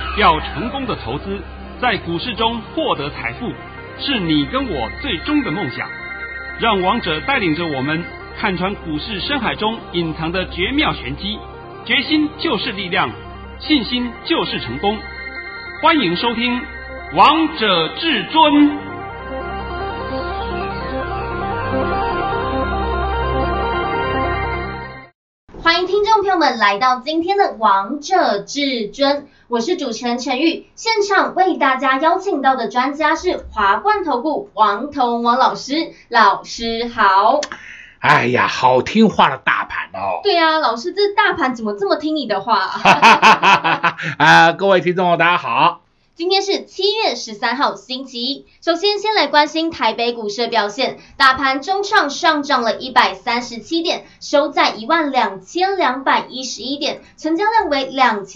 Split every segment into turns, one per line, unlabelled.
要成功的投资，在股市中获得财富，是你跟我最终的梦想。让王者带领着我们看穿股市深海中隐藏的绝妙玄机，决心就是力量，信心就是成功。欢迎收听《王者至尊》。
欢迎听众朋友们来到今天的王者至尊，我是主持人陈玉。现场为大家邀请到的专家是华冠投顾王彤王老师，老师好。
哎呀，好听话的大盘哦。
对啊，老师，这大盘怎么这么听你的话？
各位听众大家好。
今天是7月13号星期一，首先来关心台北股市的表现，大盘中创上涨了137点，收在12211点，成交量为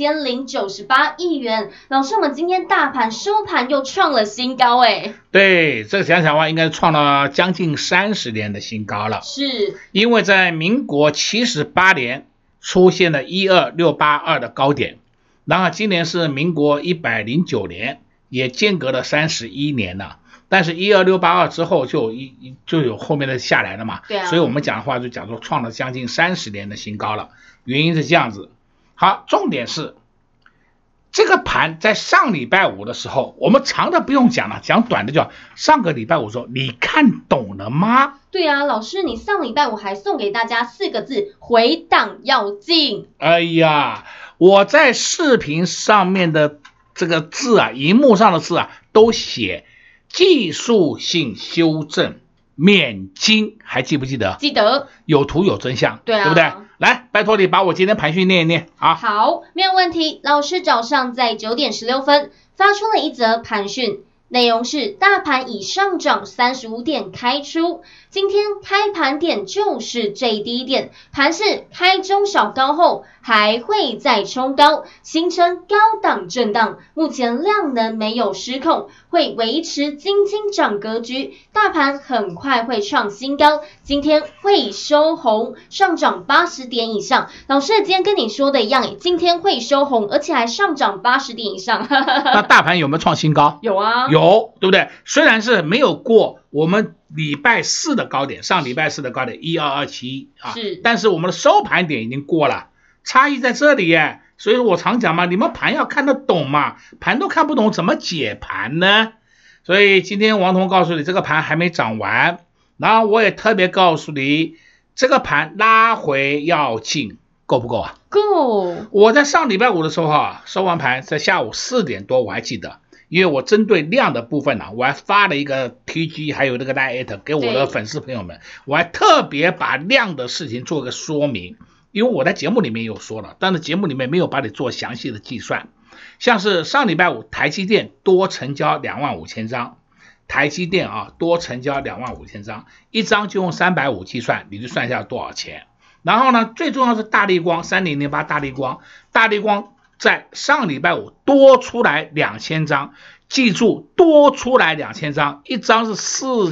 2098亿元。老师，我们今天大盘收盘又创了新高诶。
对，这个想想话应该创了将近30年的新高了。
是，
因为在民国78年出现了12682的高点。然后今年是民国109年，也间隔了31年了。但是12682之后就有后面的下来了嘛，
对啊，
所以我们讲的话就讲说创了将近30年的新高了。原因是这样子。好，重点是这个盘在上礼拜五的时候，我们长的不用讲了，讲短的就好。上个礼拜五说你看懂了吗？
对啊，老师，你上礼拜五还送给大家4个字，回档要进。
哎呀，我在视频上面的这个字啊，荧幕上的字啊，都写技术性修正免金，还记不记得？
记得。有
图有真相，
对啊，
对不对？来，拜托你把我今天盘讯念一念啊。
好，没有问题。老师早上在9点16分发出了一则盘讯，内容是大盘已上涨35点开出，今天开盘点就是最低点，盘势开中小高后还会再冲高，形成高档震荡，目前量能没有失控，会维持金涨格局，大盘很快会创新高，今天会收红，上涨80点以上。老师今天跟你说的一样，今天会收红，而且还上涨80点以上。
那大盘有没有创新高？
有啊，
有，对不对？虽然是没有过我们礼拜四的高点，上礼拜四的高点12271啊，
是，
但是我们的收盘点已经过了，差异在这里耶。所以我常讲嘛，你们盘要看得懂嘛，盘都看不懂怎么解盘呢？所以今天王彤告诉你，这个盘还没涨完，然后我也特别告诉你，这个盘拉回要进，够不够啊？
够。
我在上礼拜五的时候收完盘在下午4点多，我还记得。因为我针对量的部分我还发了一个 TG 还有那个 Line@ 给我的粉丝朋友们，我还特别把量的事情做个说明，因为我在节目里面有说了，但是节目里面没有把你做详细的计算。像是上礼拜五台积电多成交25000张，台积电多成交25000张，一张就用350计算，你就算一下多少钱。然后呢，最重要是大立光3008大立光在上礼拜五多出来2000张，记住多出来2000张，一张是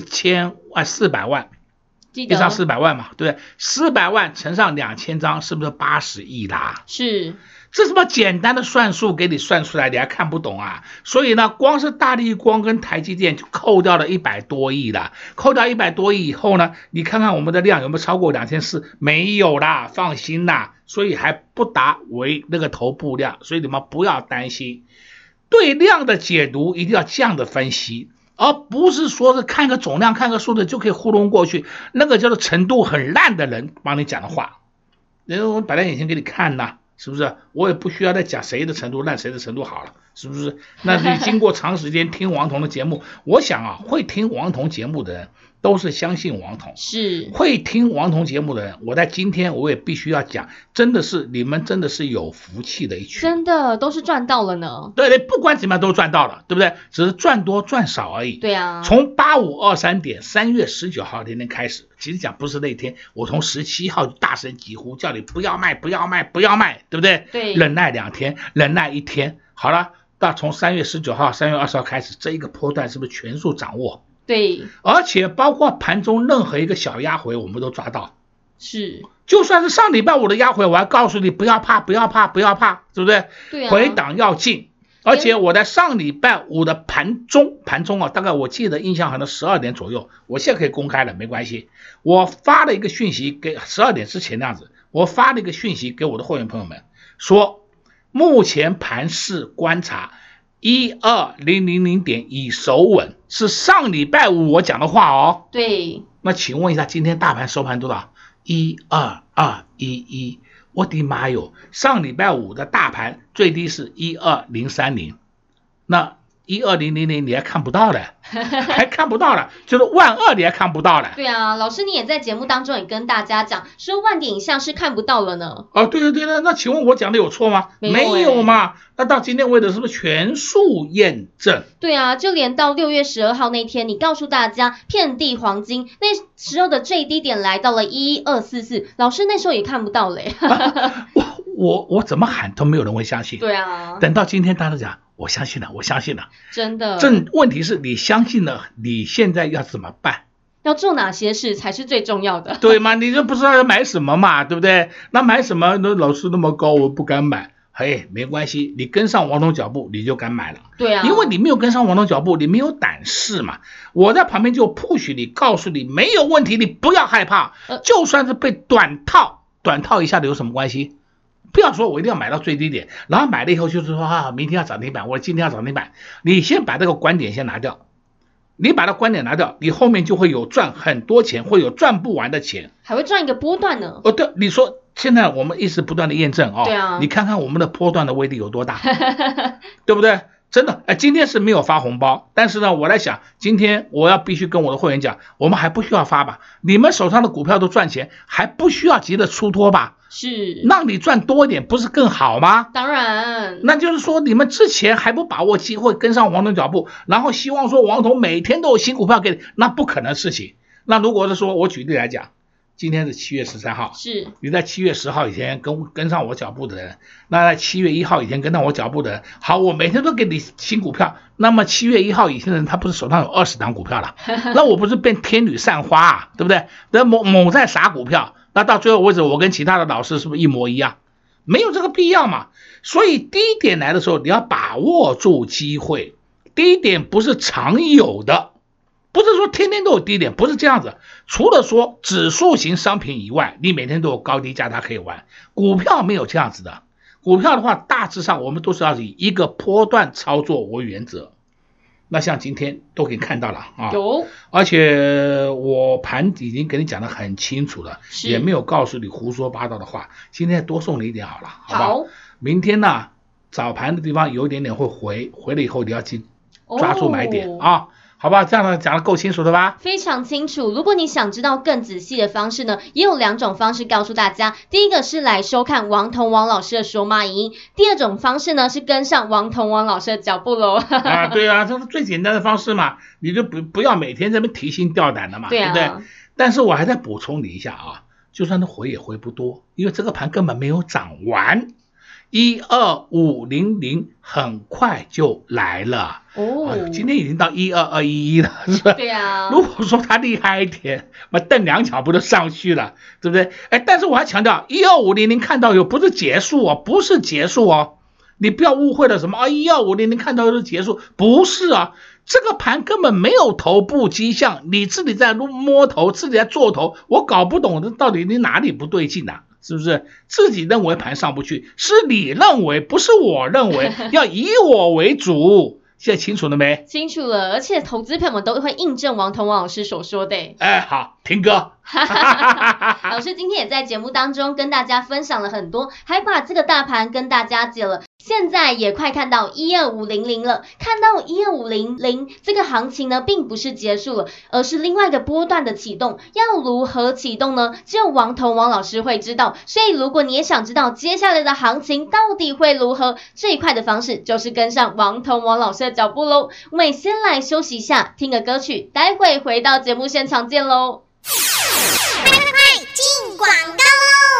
400万，一张400万嘛，对不对？400万乘上2000张，是不是80亿啦？
是，
这什么简单的算术给你算出来，你还看不懂啊？所以呢，光是大立光跟台积电就扣掉了100多亿了，扣掉100多亿以后呢，你看看我们的量有没有超过2400？没有啦，放心啦。所以还不达为那个头部量，所以你们不要担心。对量的解读一定要这样的分析，而不是说是看个总量看个数字就可以糊弄过去，那个叫做程度很烂的人帮你讲的话，人家我摆在眼前给你看呐，是不是？我也不需要再讲谁的程度烂谁的程度好了，是不是？那你经过长时间听王彤的节目，我想会听王彤节目的人都是相信王彤，
是
会听王彤节目的人，我在今天我也必须要讲，真的是你们真的是有福气的一群，
真的都是赚到了呢。
对，不管怎么样都赚到了，对不对？只是赚多赚少而已。
对啊，
从8523点3月19号那天开始，其实讲不是那天，我从17号就大声疾呼叫你不要卖不要卖不要卖，对不对？
对，
忍耐2天，忍耐1天，好了，到从3月19号3月20号开始，这一个波段是不是全数掌握？
对，
而且包括盘中任何一个小压回我们都抓到，
是，
就算是上礼拜五的压回，我还告诉你不要怕不要怕不要怕，对不对？
对啊，
回档要进， 而且我在上礼拜五的盘中啊，大概我记得印象好像12点左右，我现在可以公开了，没关系。我发了一个讯息给12点之前那样子，我发了一个讯息给我的会员朋友们，说目前盘势观察12000点已守稳，是上礼拜五我讲的话哦。
对。
那请问一下，今天大盘收盘多少？12211。我的妈哟！上礼拜五的大盘最低是12030，那12000你还看不到了，还看不到了，就是12000你还看不到了。
对啊，老师你也在节目当中也跟大家讲，说10000点以上是看不到了呢。
哦，对，那请问我讲的有错吗？没有嘛？那到今天为止是不是全数验证？
对啊，就连到6月12号那天，你告诉大家遍地黄金，那时候的最低点来到了11244，老师那时候也看不到嘞。
我怎么喊都没有人会相信。
对啊，
等到今天大家讲，我相信了，
真的。
问题是你相信了，你现在要怎么办？
要做哪些事才是最重要的？
对吗？你就不知道要买什么嘛，对不对？那买什么？那老师那么高，我不敢买。嘿，没关系，你跟上王董脚步，你就敢买了。
对啊，
因为你没有跟上王董脚步，你没有胆识嘛。我在旁边就 push 你，告诉你没有问题，你不要害怕。就算是被短套一下的有什么关系？不要说我一定要买到最低点，然后买了以后就是说明天要涨停板，我今天要涨停板。你先把这个观点先拿掉，你把它观点拿掉，你后面就会有赚很多钱，会有赚不完的钱，
还会赚一个波段呢。
哦，对，你说现在我们一直不断的验证哦，
对啊，
你看看我们的波段的威力有多大，对不对？真的，今天是没有发红包，但是呢，我在想，今天我要必须跟我的会员讲，我们还不需要发吧？你们手上的股票都赚钱，还不需要急着出脱吧？
是，
让你赚多一点，不是更好吗？
当然，
那就是说你们之前还不把握机会跟上王董脚步，然后希望说王董每天都有新股票给你，那不可能的事情。那如果是说我举例来讲，今天是7月13号，
是
你在7月10号以前跟上我脚步的人，那在7月1号以前跟上我脚步的人，好，我每天都给你新股票，那么7月1号以前的人他不是手上有20档股票了，那我不是变天女散花啊，对不对？那猛在撒股票，那到最后为止我跟其他的老师是不是一模一样？没有这个必要嘛。所以低点来的时候你要把握住机会，低点不是常有的，不是说天天都有低点，不是这样子。除了说指数型商品以外，你每天都有高低价它可以玩，股票没有这样子的。股票的话大致上我们都是要以一个波段操作为原则。那像今天都给你看到了啊，
有，
而且我盘已经给你讲得很清楚了，也没有告诉你胡说八道的话。今天多送你一点好了，好不好？明天呢，早盘的地方有一点点会回了以后，你要去抓住买点啊。好吧，这样呢讲得够清楚的吧？
非常清楚。如果你想知道更仔细的方式呢，也有2种方式告诉大家。第一个是来收看王彤王老师的说骂影音，第二种方式呢是跟上王彤王老师的脚步喽。
啊，对啊，这是最简单的方式嘛，你就不要每天在那边提心吊胆的嘛，对不对？但是我还再补充你一下啊，就算它回也回不多，因为这个盘根本没有涨完。12500很快就来了哦，今天已经到12211了，是吧？
对啊。
如果说它厉害一点，那蹬2脚不就上去了，对不对？但是我还强调12500看到有不是结束哦，不是结束哦，你不要误会了什么12500看到就是结束，不是啊，这个盘根本没有头部迹象，你自己在摸头，自己在做头，我搞不懂到底你哪里不对劲啊？是不是自己认为盘上不去，是你认为，不是我认为，要以我为主。现在清楚了没？
清楚了，而且投资朋友们都会印证王彤王老师所说的。
好，听歌。
老师今天也在节目当中跟大家分享了很多，还把这个大盘跟大家解了。现在也快看到12500了，看到12500这个行情呢，并不是结束了，而是另外一个波段的启动。要如何启动呢？只有王彤王老师会知道。所以如果你也想知道接下来的行情到底会如何，最快的方式就是跟上王彤王老师的脚步喽。我们先来休息一下，听个歌曲，待会回到节目现场见喽。
快进广告喽！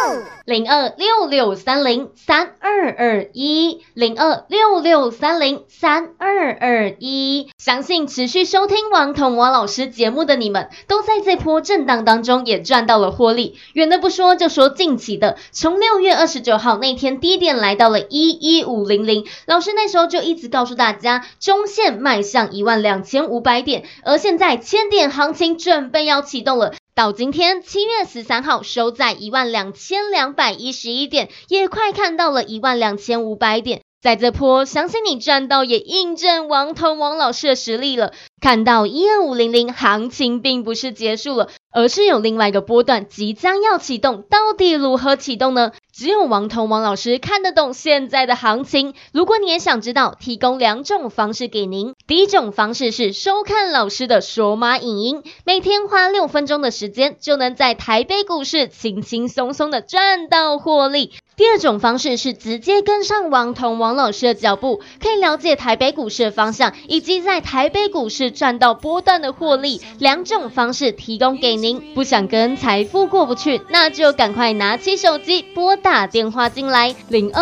0266303221，0266303221。相信持续收听王彤王老师节目的你们，都在这波震荡当中也赚到了获利。远的不说，就说近期的，从6月29号那天低点来到了11500，老师那时候就一直告诉大家，中线迈向12500点，而现在千点行情准备要启动了。到今天7月13号收在12211点，也快看到了12500点。在这波，相信你赚到也印证王彤王老师的实力了。看到12500，行情并不是结束了，而是有另外一个波段即将要启动。到底如何启动呢？只有王彤王老师看得懂现在的行情。如果你也想知道，提供2种方式给您。第一种方式是收看老师的索马影音，每天花6分钟的时间，就能在台北股市轻轻松松的赚到获利。第二种方式是直接跟上王彤王老师的脚步，可以了解台北股市的方向，以及在台北股市赚到波段的获利。2种方式提供给您。不想跟财富过不去，那就赶快拿起手机拨打电话进来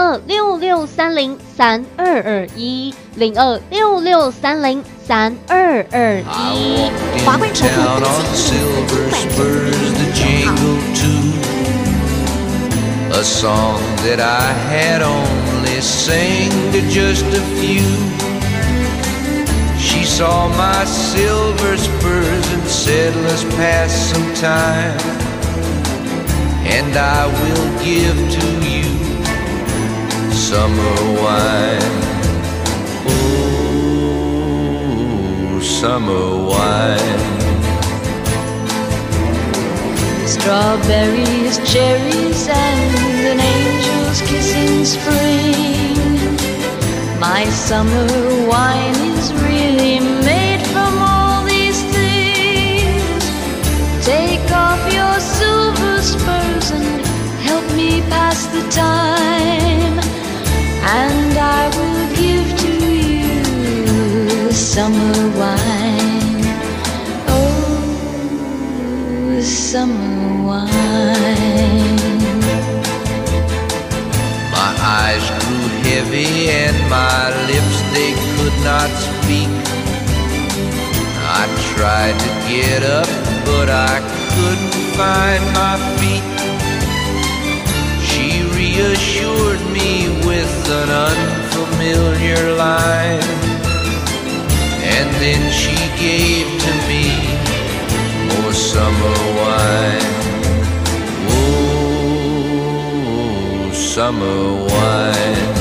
，0266303221，0266303221。
华冠投顾A song that I had only sang to just a few. She saw my silver spurs and said, let's pass some time, and I will give to you summer wine. Oh, summer wine.Strawberries, cherries, and an angel's kiss in spring. My summer wine is really made from all these things. Take off your silver spurs and help me pass the time, and I will give to you summer wine.Summer wine. My eyes grew heavy and my lips, they could not speak. I tried to get up, but I couldn't find my feet. She reassured me with an unfamiliar line, and then she gave to me summer wine. Oh, summer wine.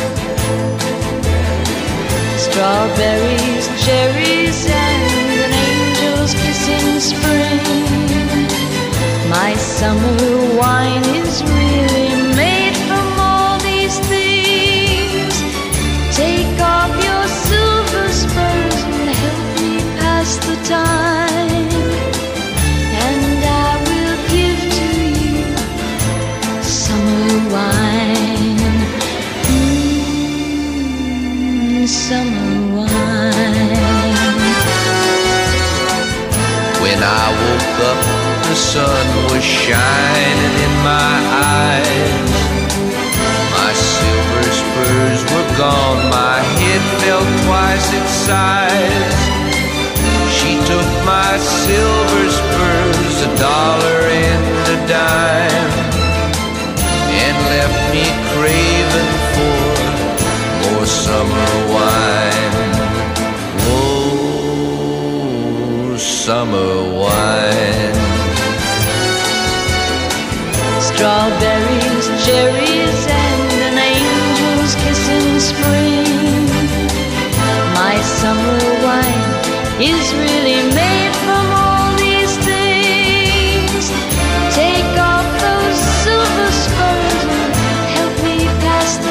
Strawberries, cherries, and an angel's kiss in spring. My summer wine is really made from all these things. Take off your silver spurs and help me pass the time.Summer wine. When I woke up, the sun was shining in my eyes. My silver spurs were gone, my head fell twice its size. She took my silver spurs, $1 and a dime, and left me craving for more summer wine. Oh, summer wine. Strawberries, cherries, and an angel's kiss in spring. My summer wine is really made from all these things. Take off those silver spurs and help me pass the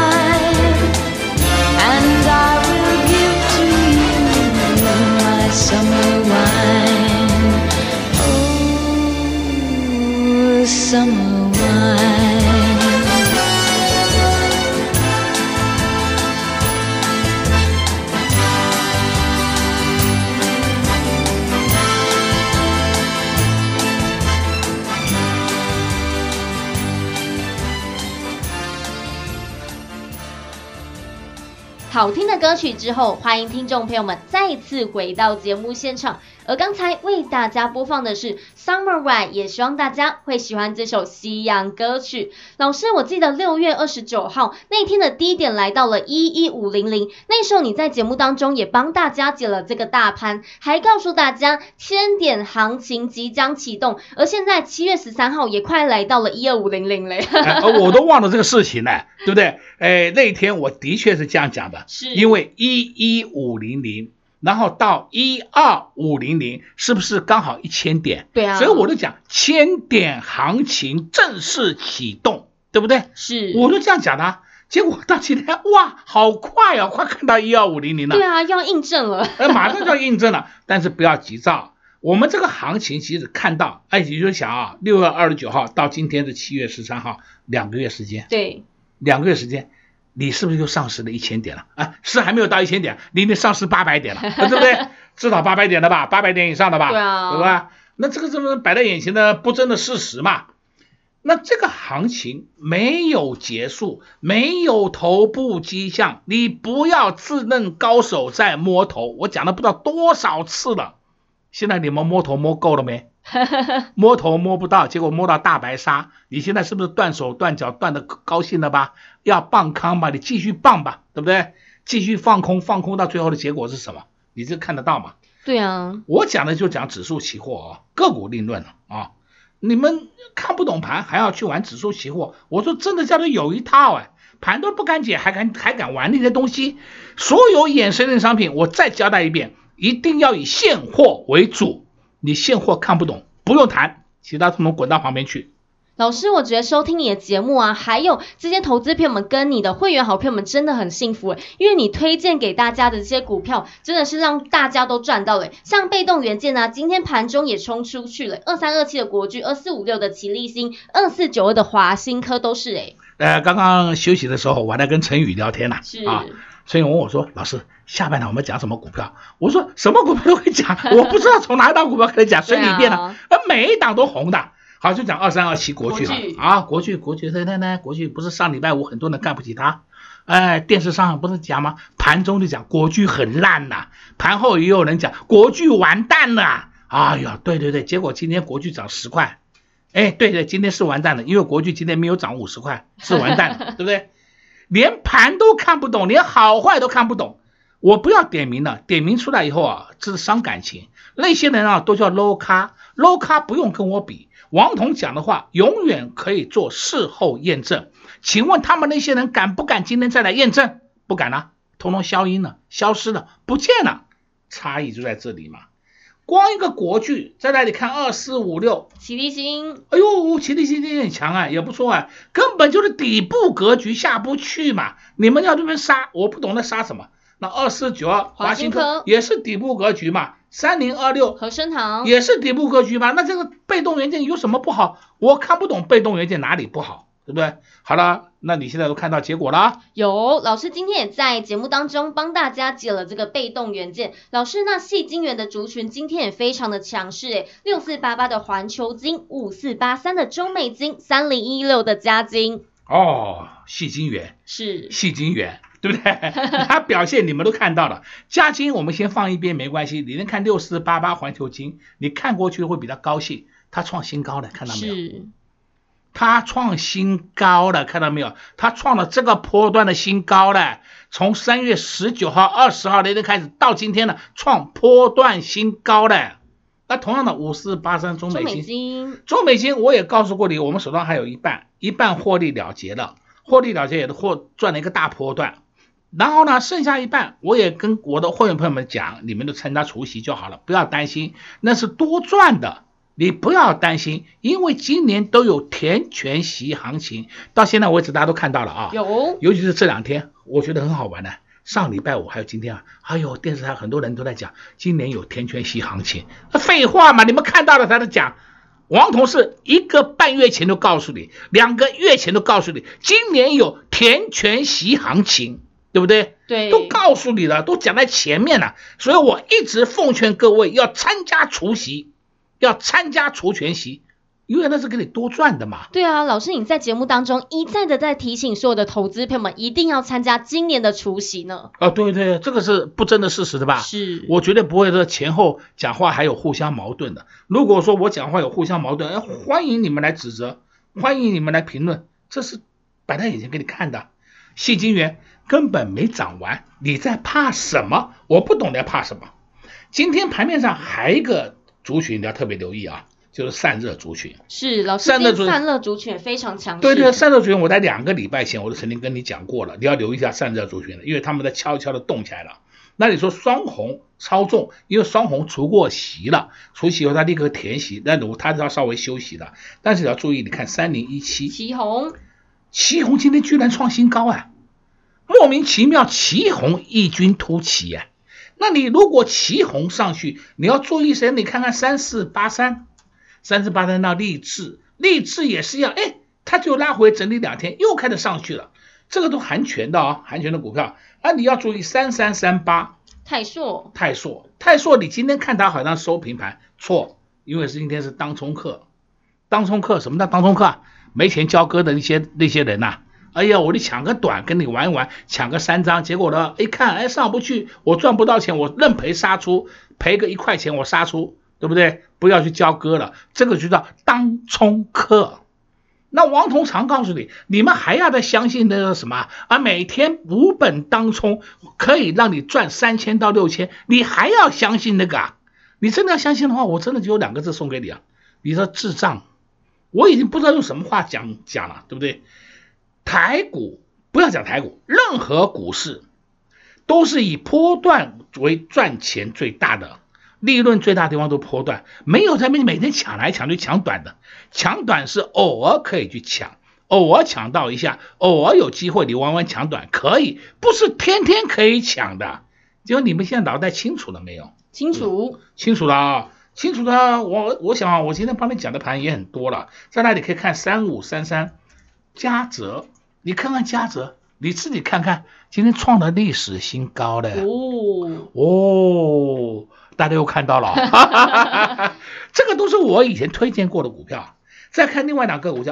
time.And I will give to you my summer wine. Oh, summer wine.
好听的歌曲之后，欢迎听众朋友们再次回到节目现场。而刚才为大家播放的是 Summer Rain， 也希望大家会喜欢这首西洋歌曲。老师，我记得6月29号那天的低点来到了11500，那时候你在节目当中也帮大家解了这个大盘，还告诉大家千点行情即将启动，而现在7月13号也快来到了12500嘞。
我都忘了这个事情了，对不对？那天我的确是这样讲的，
是
因为11500。然后到12500，是不是刚好1000点？
对啊，
所以我就讲1000点行情正式启动，对不对？
是，
我就这样讲的。结果到今天，哇，好快哦，快看到12500了。
对啊，要印证了，
马上就要印证了。但是不要急躁，我们这个行情其实看到，你就想啊，6月29号到今天的7月13号，2个月时间。
对
，2个月时间。你是不是就上市了1000点了啊？是还没有到1000点，离你上市800点了，对不对？至少800点了吧，800点以上的吧，
对啊，
对吧？那这个是摆在眼前的不争的事实嘛。那这个行情没有结束，没有头部迹象，你不要自认高手在摸头。我讲了不知道多少次了，现在你们摸头摸够了没？摸头摸不到，结果摸到大白鲨，你现在是不是断手断脚断的高兴了吧？要棒康吧，你继续棒吧，对不对？继续放空，放空到最后的结果是什么？你这看得到吗？
对啊，
我讲的就讲指数期货啊，个股另论啊。你们看不懂盘还要去玩指数期货，我说真的叫做有一套盘都不敢解，还敢玩那些东西。所有衍生类商品，我再交代一遍，一定要以现货为主。你现货看不懂，不用谈，其他通通滚到旁边去。
老师，我觉得收听你的节目啊，还有这些投资朋友们跟你的会员好朋友们真的很幸福因为你推荐给大家的这些股票，真的是让大家都赚到了像被动元件啊，今天盘中也冲出去了，2327的国巨，2456的奇力新，2492的华新科都是
刚刚休息的时候，我还在跟陈宇聊天
是
陈宇问我说：“老师，下半场我们讲什么股票？”我说：“什么股票都会讲，我不知道从哪一档股票开始讲，随你便了。每一档都红的。好，就讲2327国巨了国巨，国巨不是上礼拜五很多人看不起它，电视上不是讲吗？盘中就讲国巨很烂呐，盘后也有人讲国巨完蛋了。哎呀，对，结果今天国巨涨10块，对，今天是完蛋了，因为国巨今天没有涨50块，是完蛋了，对不对？连盘都看不懂，连好坏都看不懂。我不要点名了，点名出来以后啊，这是伤感情。那些人啊，都叫 low 咖不用跟我比。王彤讲的话永远可以做事后验证，请问他们那些人敢不敢今天再来验证？不敢了，通通消音了，消失了，不见了。差异就在这里嘛。光一个国巨在那里看2456，
奇力新，
哎呦，奇力新有点强也不错根本就是底部格局下不去嘛。你们要这边杀，我不懂得杀什么。那2492华新科也是底部格局嘛，3026
和生堂
也是底部格局嘛。那这个被动元件有什么不好？我看不懂被动元件哪里不好，对不对？好了，那你现在都看到结果了。
有，老师今天也在节目当中帮大家解了这个被动元件。老师，那矽晶圆的族群今天也非常的强势6488的环球晶，5483的中美晶，3016的嘉晶。
矽晶圆
是
矽晶圆，对不对？它表现你们都看到了。嘉晶我们先放一边没关系，你能看6488环球晶，你看过去会比较高兴。它创新高了，看到没有？
是。
它创新高了，看到没有？它创了这个波段的新高了，从3月19号、20号那天开始到今天了，创波段新高了。那同样的5483中美晶，我也告诉过你，我们手上还有一半获利了结了，也赚了一个大波段。然后呢，剩下一半我也跟我的会员朋友们讲，你们就参加除息就好了，不要担心，那是多赚的。你不要担心，因为今年都有填权息行情，到现在为止大家都看到了尤其是这2天，我觉得很好玩的。上礼拜五还有今天电视台很多人都在讲今年有填权息行情，废话嘛，你们看到了他在讲。王同事1个半月前都告诉你，2个月前都告诉你，今年有填权息行情，对不对？
对，
都告诉你了，都讲在前面了。所以我一直奉劝各位要参加除息，要参加除权息， 因为那是给你多赚的嘛。
对啊，老师你在节目当中一再的在提醒所有的投资朋友们一定要参加今年的除息呢。
对对，这个是不争的事实的吧？
是，
我绝对不会说前后讲话还有互相矛盾的。如果说我讲话有互相矛盾，欢迎你们来指责，欢迎你们来评论，这是摆在眼前给你看的。矽晶圆根本没涨完，你在怕什么？我不懂你在怕什么。今天盘面上还有一个族群你要特别留意啊，就是散热族群。
是，老师，散热族群也非常强势。
对对，散热族群我在2个礼拜前我都曾经跟你讲过了，你要留意一下散热族群的，因为他们在悄悄的动起来了。那你说双红超重，因为双红除过息了，除息以后它立刻填息，那它是要稍微休息的。但是你要注意，你看3017旗宏今天居然创新高啊，莫名其妙旗宏异军突起啊。那你如果旗宏上去，你要注意谁？你看看3483到励志也是一样，它就拉回整理2天，又开始上去了。这个都含权的啊，含权的股票啊，你要注意3338泰硕，你今天看它好像收平盘，错，因为是今天是当冲客，什么叫当冲客？没钱交割的那些人呐、哎呀，我就抢个短跟你玩一玩，抢个3张，结果呢，一看上不去，我赚不到钱，我认赔杀出，赔个1块钱我杀出，对不对？不要去交割了，这个就叫当冲客。那王彤常告诉你，你们还要再相信那个什么啊？每天5本当冲可以让你赚3000到6000，你还要相信那个啊？你真的要相信的话，我真的就有2个字送给你啊！你说智障，我已经不知道用什么话讲了，对不对？台股不要讲台股，任何股市都是以波段为赚钱最大的。利润最大的地方都波段，没有在每天抢来抢去抢短的，抢短是偶尔可以去抢，偶尔抢到一下，偶尔有机会你玩玩抢短可以，不是天天可以抢的。就你们现在脑袋清楚了没有？
清楚
了啊，清楚了。我想啊，我今天帮你讲的盘也很多了，在那里可以看3533嘉泽，你看看嘉泽，你自己看看，今天创了历史新高的哦。大家又看到了，这个都是我以前推荐过的股票。再看另外2个股叫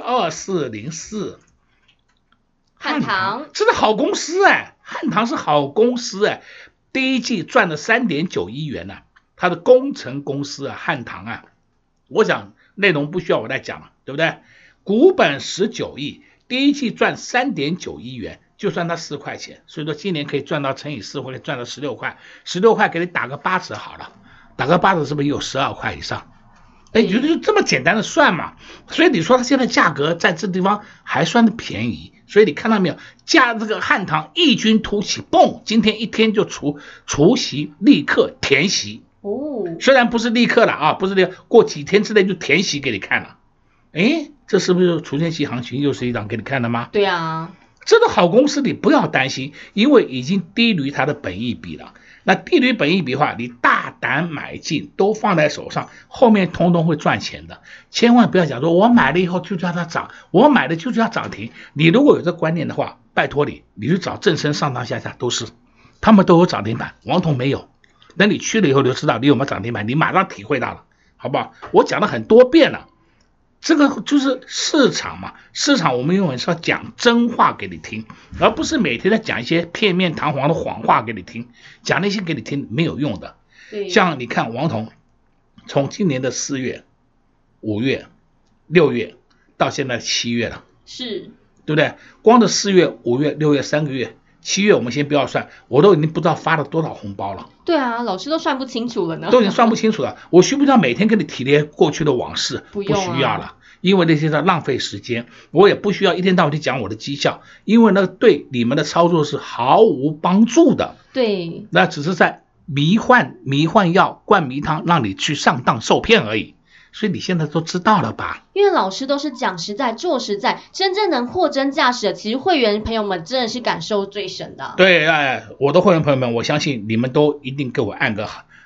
2404
汉唐，
这是好公司汉唐是好公司第一季赚了3.9亿元它的工程公司汉唐我想内容不需要我再讲了，对不对？股本19亿，第一季赚3.9亿元。就算它4块钱，所以说今年可以赚到乘以4，或者赚到16块，16块给你打个8折好了，打个8折是不是有12块以上？就这么简单的算嘛。所以你说它现在价格在这地方还算的便宜，所以你看到没有，这个汉唐异军突起，蹦，今天一天就除息，立刻填息虽然不是立刻了啊，不是立刻，过几天之内就填息给你看了。这是不是除权息行情又是一档给你看的吗？
对啊。
这个好公司你不要担心，因为已经低于它的本益比了。那低于本益比的话，你大胆买进，都放在手上，后面通通会赚钱的。千万不要讲说我买了以后就叫它涨，我买了就叫它涨停。你如果有这观念的话，拜托你去找正声上上下下都是，他们都有涨停板，王彤没有。等你去了以后就知道你有没有涨停板，你马上体会到了，好不好？我讲了很多遍了。这个就是市场嘛，市场我们永远是要讲真话给你听，而不是每天在讲一些片面堂皇的谎话给你听，讲那些给你听没有用的。像你看王彤从今年的4月、5月、6月到现在7月了，
是，
对不对？光的4月、5月、6月3个月，7月我们先不要算，我都已经不知道发了多少红包了。
对啊，老师都算不清楚了呢。
都已经算不清楚了，我需不需要每天跟你提炼过去的往事？
不用
不需要了，因为那些在浪费时间。我也不需要一天到晚去讲我的绩效，因为那对你们的操作是毫无帮助的。
对，
那只是在迷幻药、灌迷汤，让你去上当受骗而已。所以你现在都知道了吧？
因为老师都是讲实在做实在，真正能货真价实的，其实会员朋友们真的是感受最深的。
对，我的会员朋友们，我相信你们都一定给我按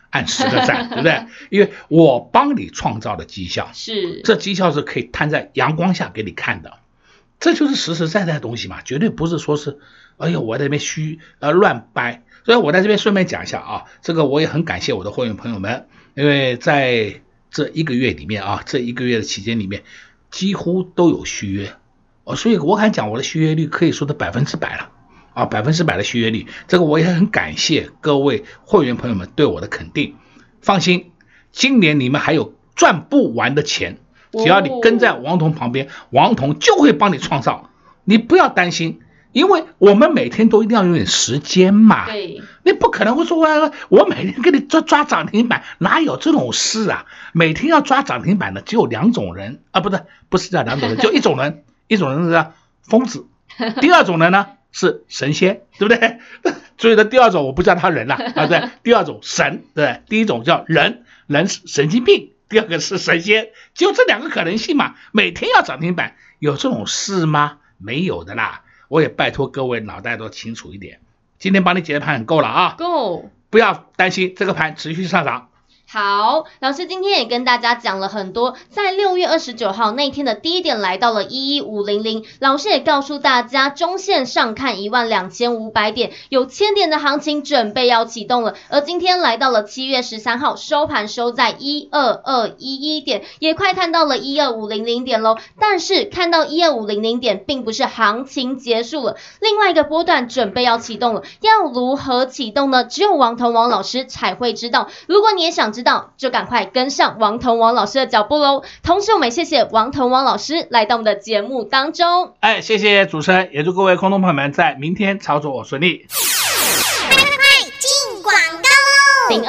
10个赞，对不对？因为我帮你创造的绩效，
是
这绩效是可以摊在阳光下给你看的，这就是实实在在的东西嘛，绝对不是说是哎呦我在这边乱掰。所以我在这边顺便讲一下啊，这个我也很感谢我的会员朋友们，因为在这一个月里面啊，这一个月的期间里面，几乎都有续约所以我敢讲我的续约率可以说的100%了，100%的续约率，这个我也很感谢各位会员朋友们对我的肯定。放心，今年你们还有赚不完的钱，只要你跟在王彤旁边，王彤就会帮你创造，你不要担心。因为我们每天都一定要有点时间嘛，
对，
你不可能会说我每天给你抓涨停板，哪有这种事啊？每天要抓涨停板的只有2种人啊，不是叫2种人，就一种人，一种人是疯子，第二种人呢是神仙，对不对？所以呢，第二种我不叫他人了对，第二种神，对，第一种叫人是神经病，第二个是神仙，就这2个可能性嘛。每天要涨停板，有这种事吗？没有的啦。我也拜托各位脑袋都清楚一点，今天帮你解的盘很够了啊，
够，
不要担心这个盘持续上涨。
好，老师今天也跟大家讲了很多，在6月29号那天的低点来到了11500，老师也告诉大家中线上看12500点，有1000点的行情准备要启动了。而今天来到了7月13号，收盘收在12211点，也快看到了12500点咯。但是看到12500点并不是行情结束了，另外一个波段准备要启动了，要如何启动呢？只有王彤王老师才会知道。如果你也想知道，就赶快跟上王彤王老师的脚步咯。同时我们也谢谢王彤王老师来到我们的节目当中。
谢谢主持人，也祝各位空头朋友们在明天操作顺利。
进广告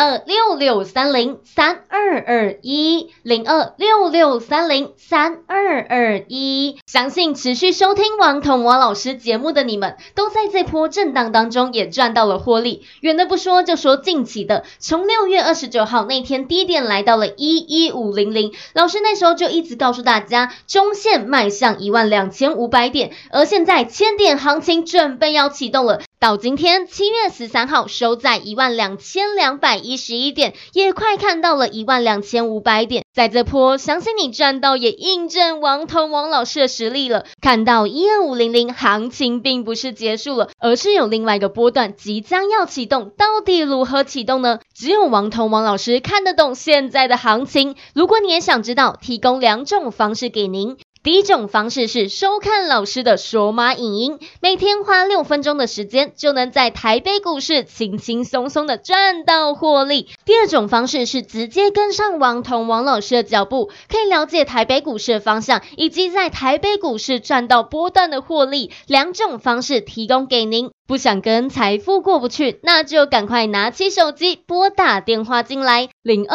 0266303221，0266303221。相信持续收听王彤王老师节目的你们，都在这波震荡当中也赚到了获利。远的不说，就说近期的，从6月29号那天低点来到了11500，老师那时候就一直告诉大家，中线迈向12500点，而现在1000点行情准备要启动了。到今天7月13号收在12211点，也快看到了12500点。在这波相信你赚到，也印证王彤王老师的实力了。看到12500行情并不是结束了，而是有另外一个波段即将要启动，到底如何启动呢？只有王彤王老师看得懂现在的行情。如果你也想知道，提供2种方式给您。第一种方式是收看老师的索马影音，每天花6分钟的时间就能在台北股市轻轻松松的赚到获利。第二种方式是直接跟上王彤王老师的脚步，可以了解台北股市的方向，以及在台北股市赚到波段的获利。2种方式提供给您。不想跟财富过不去，那就赶快拿起手机拨打电话进来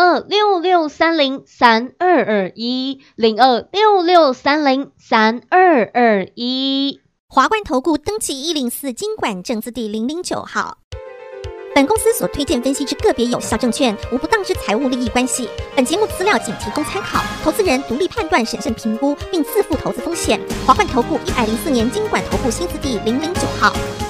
，0266303221，0266303221。
华冠投顾登记104金管证字第009号。本公司所推荐分析之个别有效证券，无不当之财务利益关系。本节目资料仅提供参考，投资人独立判断、审慎评估，并自负投资风险。华冠投顾104年金管投顾新字第009号。